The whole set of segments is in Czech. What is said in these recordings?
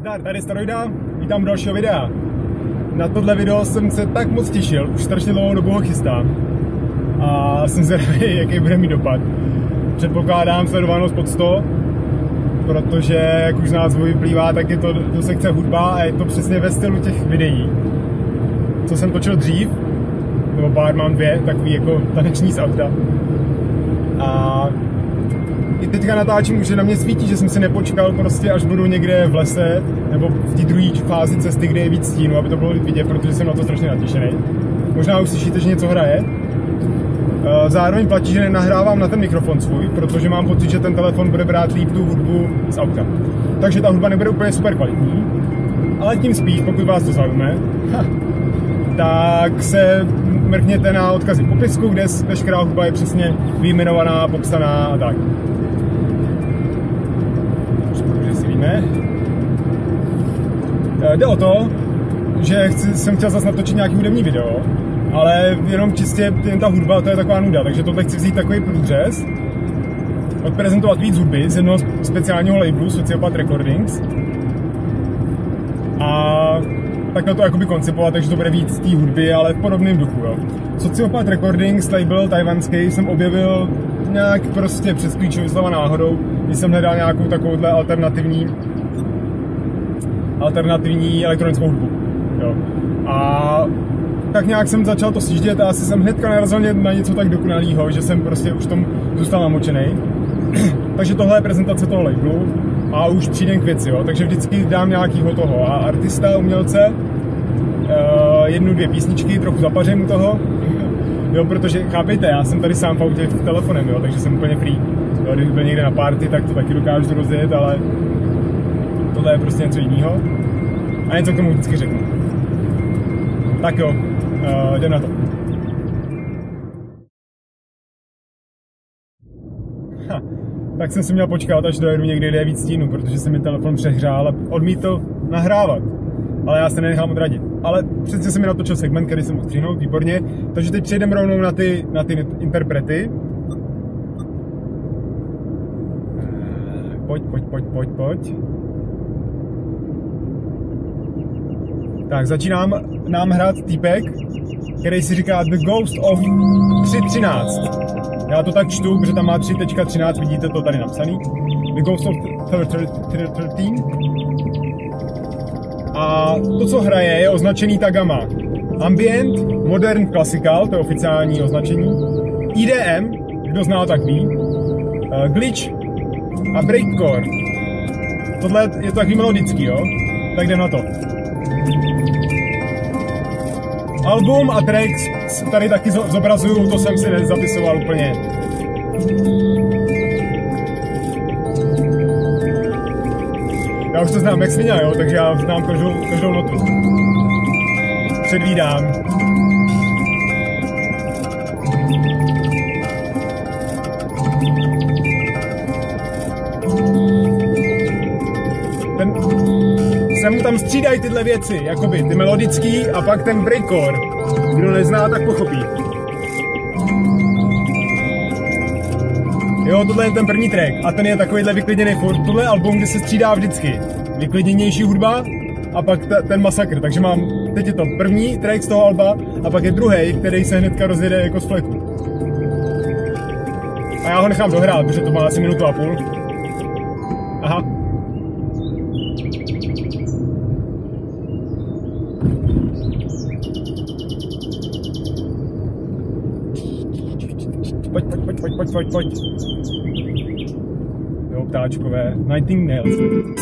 Zdar, tady Staroida, vítám u dalšího videa. Na tohle video jsem se tak moc těšil, už strašně dlouhou dobu ho chystám. A jsem zvědavý, jaký bude mít dopad. Předpokládám sledovanost pod 100, protože, jak už z názvu vyplývá, tak je to do sekce hudba a je to přesně ve stylu těch videí, co jsem točil dřív, nebo pár mám dvě, takový jako taneční z auta. A i teďka natáčím, už na mě svítí, že jsem si nepočkal prostě, až budu někde v lese, nebo v té druhé fázi cesty, kde je víc stínu, aby to bylo vidět, protože jsem na to strašně natěšený. Možná už slyšíte, že něco hraje. Zároveň platí, že nenahrávám na ten mikrofon svůj, protože mám pocit, že ten telefon bude brát líp tu hudbu z auta. Takže ta hudba nebude úplně super kvalitní, ale tím spíš, pokud vás to zaujme, tak se mrkněte na odkazy v popisku, kde veškerá hudba je přesně vyjmenovaná, popsaná a tak. Že si víme. Jde o to, že jsem chtěl zase natočit nějaký hudební video, ale jenom čistě jen ta hudba, to je taková nuda, takže tohle chci vzít takový průřez, odprezentovat víc hudby z jednoho speciálního labelu, Sociopath Recordings, a takhle to jakoby koncipovat, takže to bude víc té hudby, ale v podobném duchu, jo. Sociopath Recordings, label tajvanský, jsem objevil nějak prostě přes klíčový slova náhodou, když jsem hledal nějakou takovouhle alternativní elektronickou hudbu, jo. A tak nějak jsem začal to sjíždět a asi jsem hnedka narazil na něco tak dokonalýho, že jsem prostě už tom zůstal namočený. Takže tohle je prezentace toho labelu a už přijdem k věci, jo. Takže vždycky dám nějakýho toho a artista, umělce, jednu, dvě písničky, trochu zapařím u toho, jo, protože chápejte, já jsem tady sám v autě v telefonem, jo, takže jsem úplně free. Jo, když byl někde na party, tak to taky dokážu rozjet, ale tohle je prostě něco jiného a něco k tomu vždycky řeknu. Tak jo, jdem na to. Tak jsem si měl počkat, až dojedu někde, kde je víc stínu, protože se mi telefon přehrál a odmítl nahrávat. Ale já se nenechám odradit. Ale přece jsem mi natočil segment, který jsem mohl stříhnout, výborně. Takže teď přejdeme rovnou na ty interprety. Pojď. Tak, začínám nám hrát týpek, který si říká The Ghost of 3.13. Já to tak čtu, protože tam má 3.13, vidíte to tady napsaný. The Ghost of 13. A to, co hraje, je označený tagama Ambient, Modern Classical, to je oficiální označení, EDM, kdo zná, tak ví, Glitch a Breakcore. Tohle je to takový melodický, jo? Tak jdem na to. Album a tracks tady taky zobrazuju, to jsem si nezapisoval úplně. Já už to znám jak svině, jo, takže já znám každou notu. Předvídám. Se mu tam střídají tyhle věci, jakoby ty melodický a pak ten breakcore. Kdo nezná, tak pochopí. Jo, tohle je ten první track a ten je takovýhle vyklidněný furt. Tohle je album, kde se střídá vždycky vyklidněnější hudba a pak ten masakr. Takže mám, teď je to první track z toho alba a pak je druhý, který se hnedka rozjede jako z fleku. A já ho nechám dohrát, protože to má asi minutu a půl. Aha. Pojď. Jo, ptáčkové. Nightingales.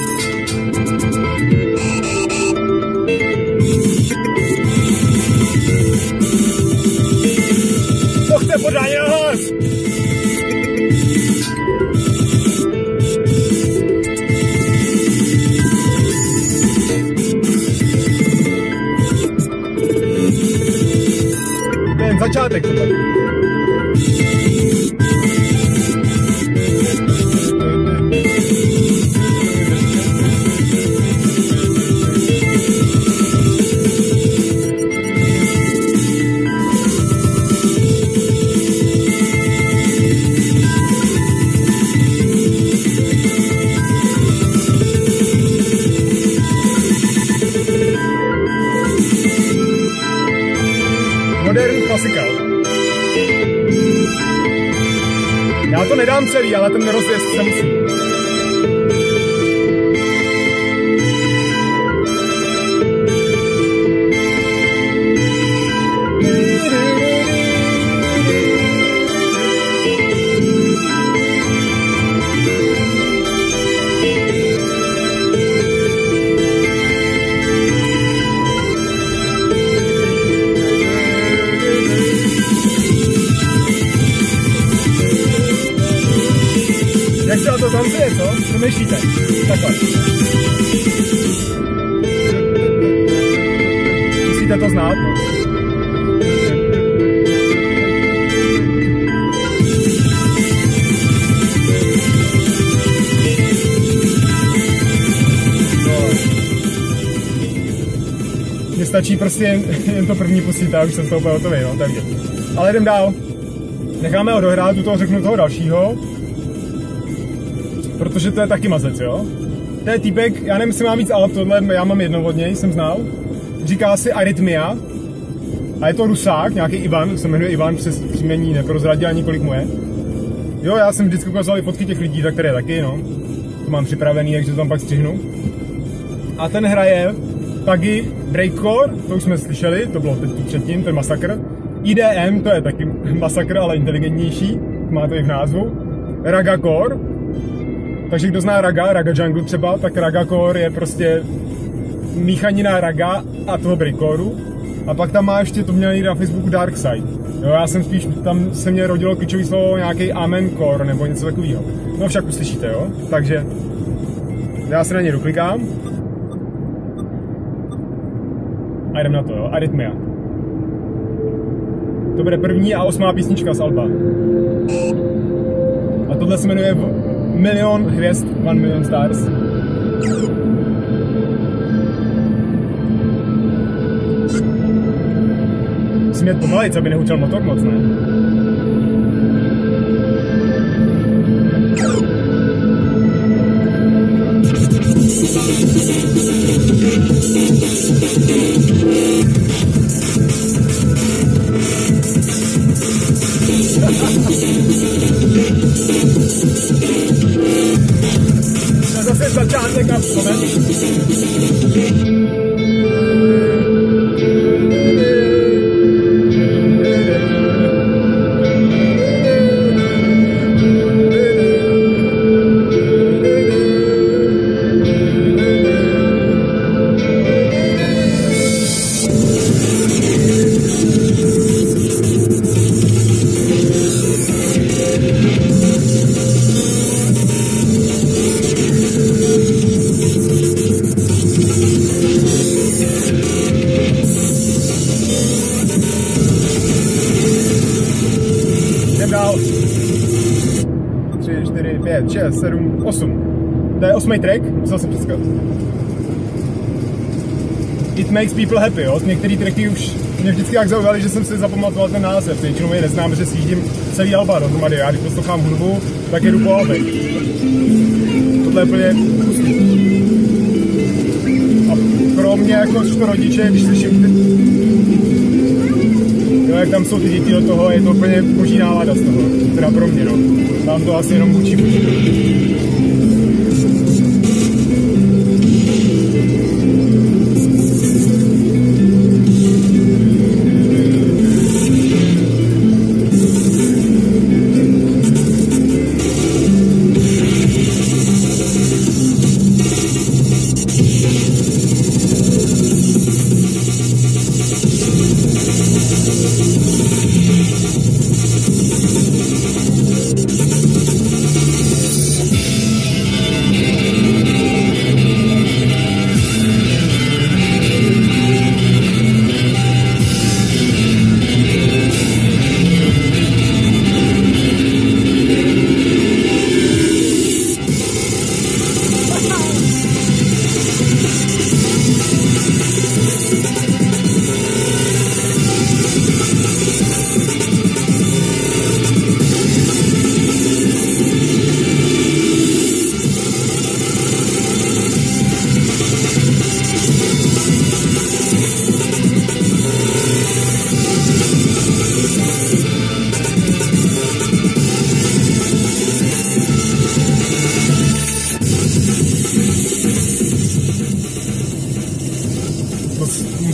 To chce pořádně na hlas! Ten začátek tohle. Já to nedám celý, ale ten rozjezd se musí. Jak se to tancuje, co? Přemýšlíte? Takhle. Musíte to znát, no. Mně stačí prostě jen to první pustit a už jsem z toho úplně hotový, no, takže. Ale jdem dál. Necháme ho dohrát, u toho řeknu toho dalšího. Protože to je taky mazec, jo? To je týpek, já nevím, jestli mám víc alb, tohle já mám jedno od něj, jsem znal. Říká si Arytmia. A je to Rusák, nějaký Ivan, se jmenuje Ivan, přes příjmení neprozradil ani kolik mu je. Jo, já jsem vždycky ukazoval i fotky těch lidí, tak které taky, no. To mám připravený, takže to tam pak střihnu. A ten hraje taky Breakcore, to už jsme slyšeli, to bylo teď předtím, ten Masakr. IDM, to je taky Masakr, ale inteligentnější, má to i v názvu. Ragacore. Takže kdo zná Raga Jungle třeba, tak Ragacore je prostě míchanina Raga a toho breakcoreu. A pak tam má ještě, to měl jít na Facebooku Darkside. Jo, já jsem spíš, tam se mě rodilo klíčový slovo nějaký Amencore nebo něco takového. No však uslyšíte, jo? Takže já se na něj doklikám. A jdem na to, jo? Arytmia. To bude první a 8. písnička z alba. A tohle se jmenuje Milion hvězd, 1 Million Stars. Musím jet pomalejc, aby nehučel motor moc, ne? Zase začátek a moment. Dál. 3, 4, 5, 6, 7, 8. To je 8. track, musel jsem přeskat. It Makes People Happy, jo. Některé tracky už mě vždycky tak zaujaly, že jsem si zapamatoval ten název. Většinou je neznám, že sjíždím celý alba dohromady. Já když poslouchám hudbu, tak jedu po albech. Tohle je plně pustý. A pro mě jako rodiče, když slyším jo, jak tam jsou ty děti do toho, je to úplně boží nálada z toho. Teda pro mě, no. Tam to asi jenom učí.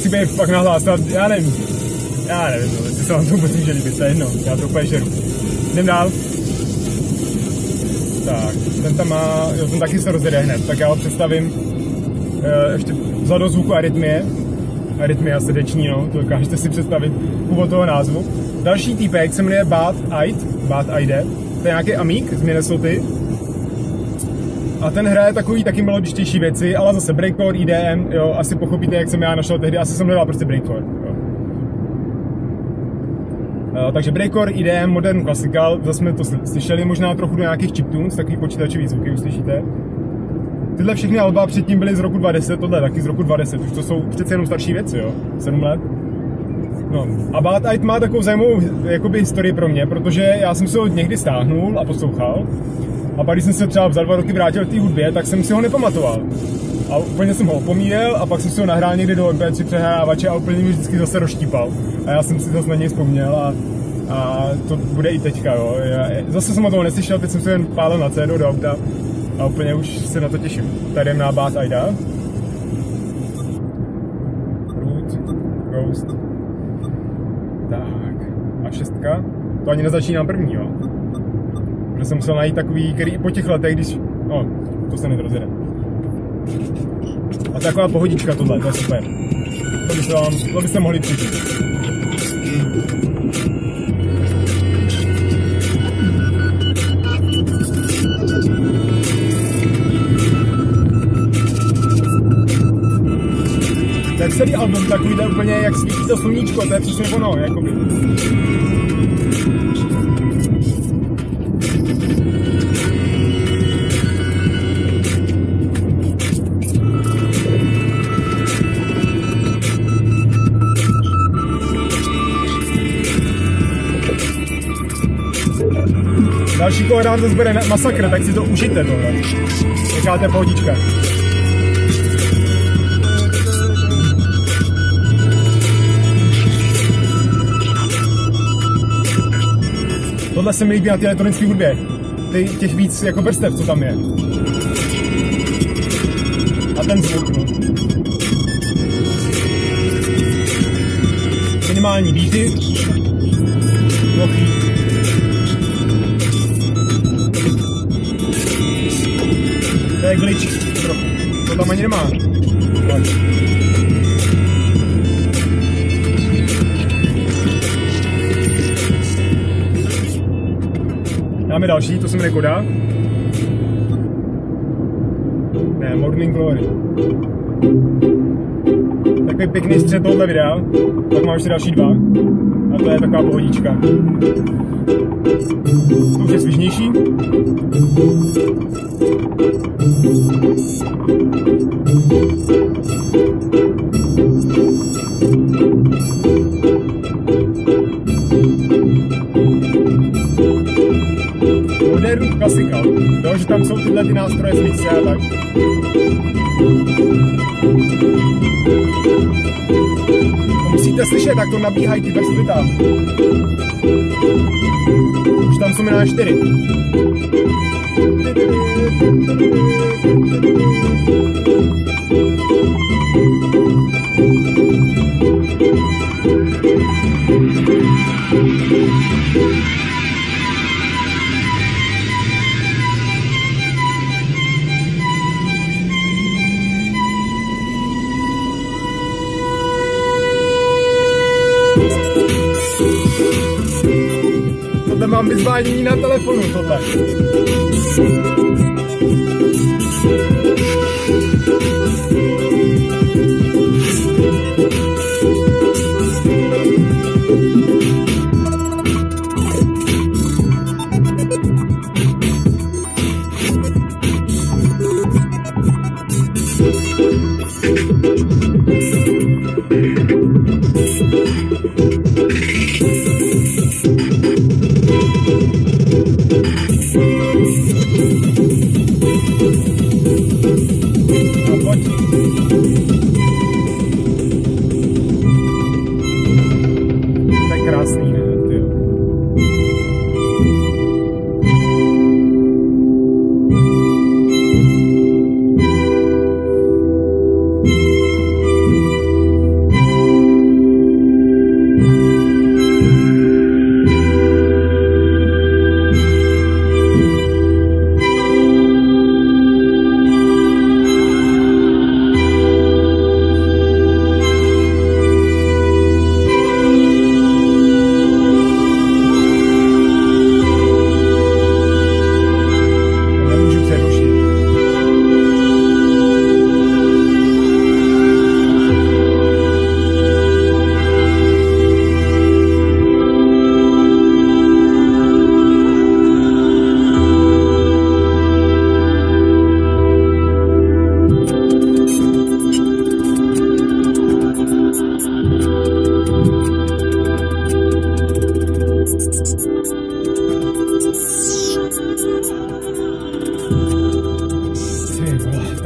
musí být fakt nahlás, já nevím, jestli se vám to vůbec může líbit, to je jedno, já to úplně žeru. Jdem dál. Tak, ten tam má, jo, ten taky se rozjede hned, tak já ho představím ještě vzadu zvuku arytmia srdeční, no, to dokážete si představit původ toho názvu. Další týpek se jmenuje Bad Aide, to je nějaký amík z Minnesota. A ten hraje takový taky melodičtější věci, ale zase breakcore, EDM, jo, asi pochopíte, jak jsem já našel tehdy, asi jsem hledal prostě breakcore, jo. Takže breakcore, EDM, modern classical, zase jsme to slyšeli, možná trochu do nějakých chiptunes, takový počítačový zvuky uslyšíte. Tyhle všechny alba předtím byly z roku 2010, tohle taky z roku 2010, už to jsou přece jenom starší věci, jo, 7 let. No, a Bad Aid má takovou zajímavou jakoby historii pro mě, protože já jsem si ho někdy stáhnul a poslouchal. A pak, když jsem se třeba za 2 roky vrátil k té hudbě, tak jsem si ho nepamatoval. A úplně jsem ho opomíjel a pak jsem si ho nahrál někdy do MP3 přehrávače a úplně mi vždycky zase rozštípal. A já jsem si zase na něj vzpomněl a to bude i teďka, jo. Zase jsem o toho neslyšel, teď jsem si jen pálil na CD do auta a úplně už se na to těším. Tady jdem na Bad Aida. Root, Ghost. Tak, a 6. To ani nezačínám první, jo. Protože jsem musel najít takový, který i po těch letech, když... No, to se nedrozjede. A taková pohodička tohle, to je super. To byste mohli přijít. Tak celý album takový jde úplně jak svítí to sluníčko, to je přesně ono, jakoby. Další koledán to zbude masakr, tak si to užijte tohle. Jaká to je pohodička. Tohle se mi líbí na té elektronické hudbě. Těch víc jako vrstev, co tam je. A ten zvuk, no. Minimální beaty. Plochý. To je glitch trochu. To tam ani nemá. Dáme další, to se jmenuje Koda. Ne, Morning Glory. Takový pěkný střed tohohle videa. Pak mám ještě další 2. A to je taková pohodička. To už je svižnější. Moderní klasika, jo, že tam jsou tyhle ty nástroje z mixce a tak. To musíte slyšet, tak to nabíhají ty vrstvy tam. Už tam jsou na 4. Tohle mám vyzvánění na telefonu, tohle.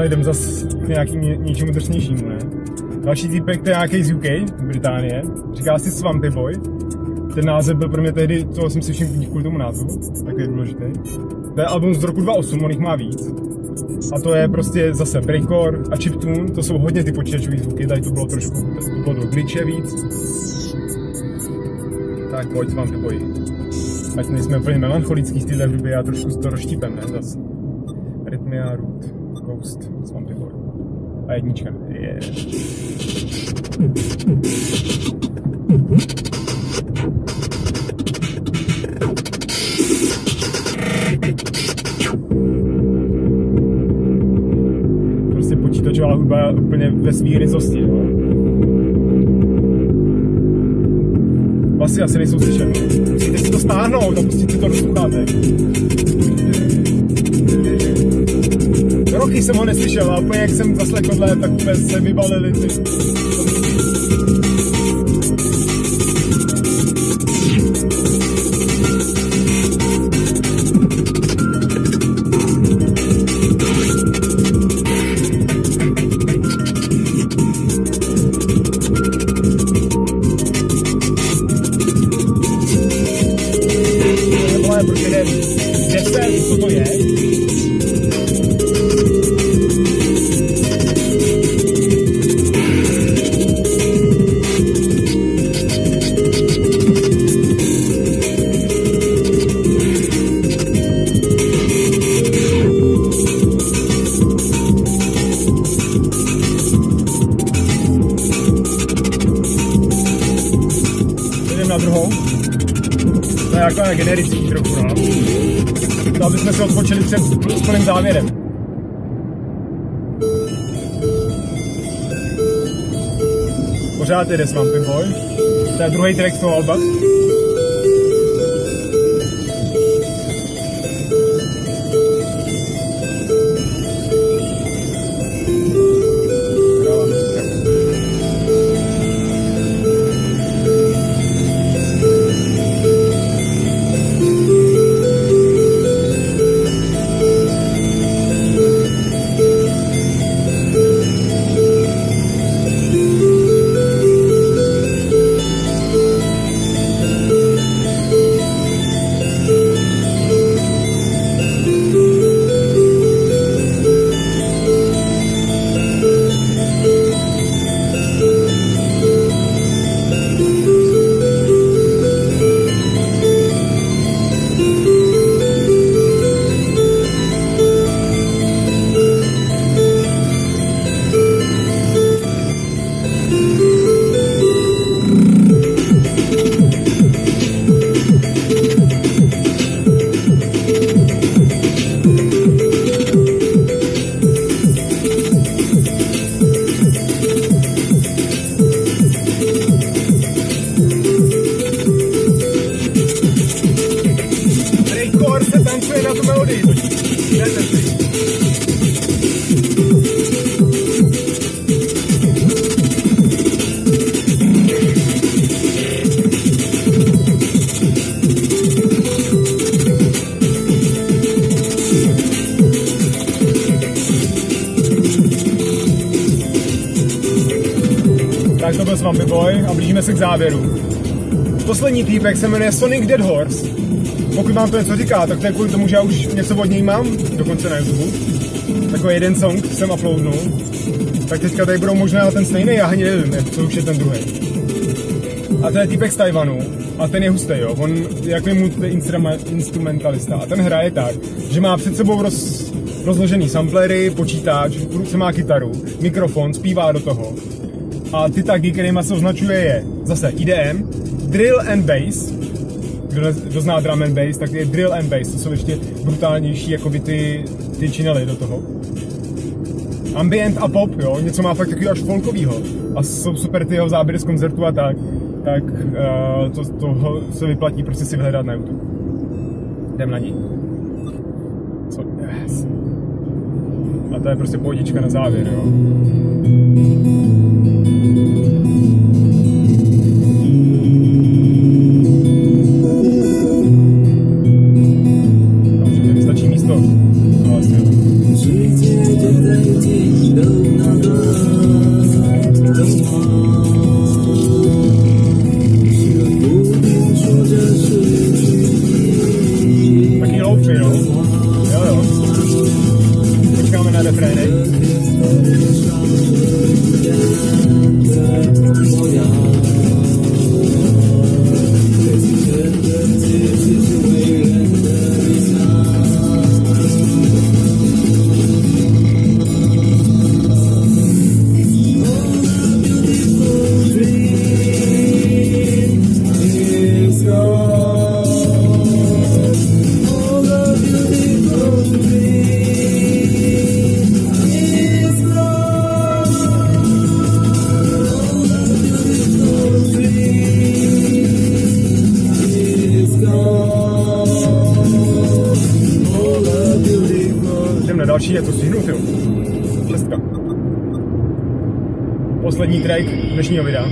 tady jdem zase k nějakým něčemu drsnějšímu, ne? Další týpek, to je nějaký z UK, Británie, říká si Swampy Boy. Ten název byl pro mě tehdy, toho jsem si všiml kvůli tomu názvu, takový důležitý. To je album z roku 2008, on jich má víc. A to je prostě zase breakcore a chiptune, to jsou hodně ty počítačové zvuky, tady to bylo trošku, to bylo glitche víc. Tak pojď Swampy Boy. Ať nejsme úplně melancholický z téhle hudby a trošku to rozštípem, ne, zase. Rytmia, Root, Ghost, Swampy Boy. A jednička, yeah. Prostě počítačová hudba úplně ve svý ryzosti, jo. Basy asi nejsou slyšet. Musíte si to stáhnout a pustit si to rozsloucháte. Roky jsem ho neslyšel a úplně jak jsem zaslechl tohle, tak se vybalili ty. Protože jde 10, co to je? Jdem na druhou. To je jako generický trochu, no. To, aby jsme se odpočili před plným závěrem. Pořád jde Swampy Boy. To je druhý track z toho alba. Tak to byl Swampy Boy a blížíme se k závěru. Poslední týpek se jmenuje Sonic Dead Horse. Pokud vám to něco říká, tak to je kvůli tomu, že já už něco od něj mám, dokonce na YouTube. Takový jeden song jsem uploadnul. Tak teďka tady budou možná ten stejný, já ani nevím, co už je ten druhý. A to je týpek z Tajvanu a ten je hustý, jo. On je jako instrumentalista a ten hraje tak, že má před sebou rozložený samplery, počítač, v ruce má kytaru, mikrofon, zpívá do toho. A ty tagy, kterýma se označuje, je zase IDM, drill and bass. Kdo zná drum and bass, tak je drill and bass, to jsou ještě brutálnější jakoby ty činely do toho. Ambient a pop, jo, něco má fakt takový až folkovýho. A jsou super ty jeho záběry z koncertu a tak toho se vyplatí prostě si vyhledat na YouTube. Jdem na ní. Co? Yes. A to je prostě pohodička na závěr, jo. Stačí místo. No, vlastně. další je, co stihnu, jo. 6. Poslední track dnešního videa.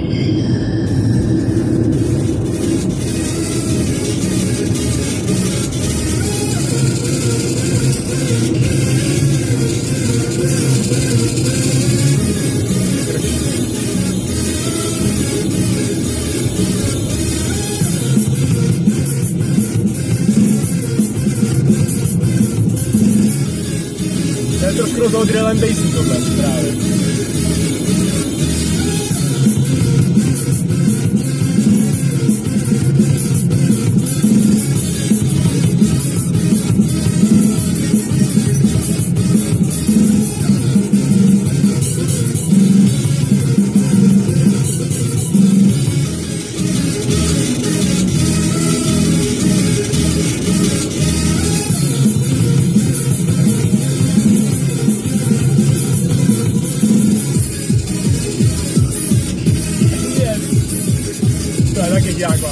To je trošku rozhod drill and bassy tohle právě. Taky děláková,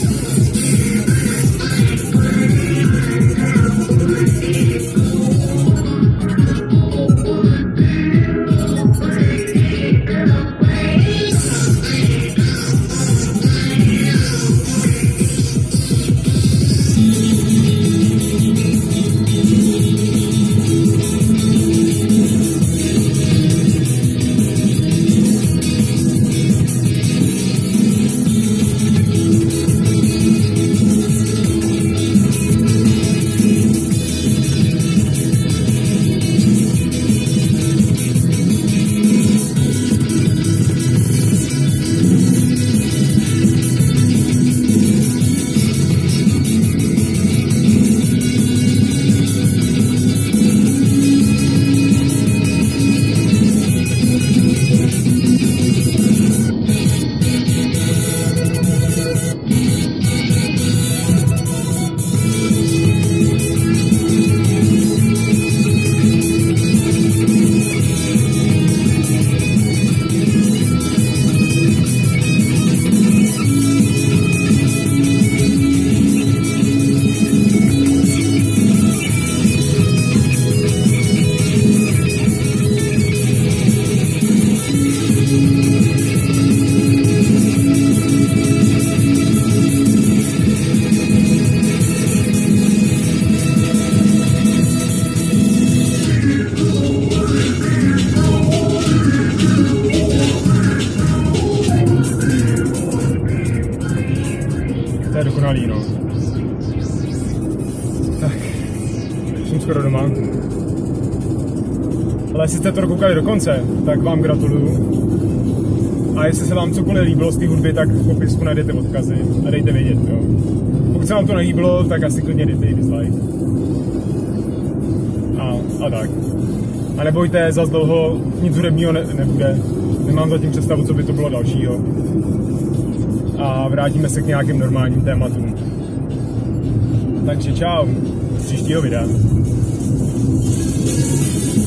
to je dokonalý, no. Tak, jsem skoro doma. Ale jestli jste to dokoukali do konce, tak vám gratuluju. A jestli se vám cokoliv líbilo z té hudby, tak v popisku najdete odkazy a dejte vědět, jo. Pokud se vám to nelíbilo, tak asi klidně dejte dislike. A tak. A nebojte, zas dlouho nic hudebního nebude. Nemám zatím představu, co by to bylo dalšího. A vrátíme se k nějakým normálním tématům. Takže čau, z příštího videa.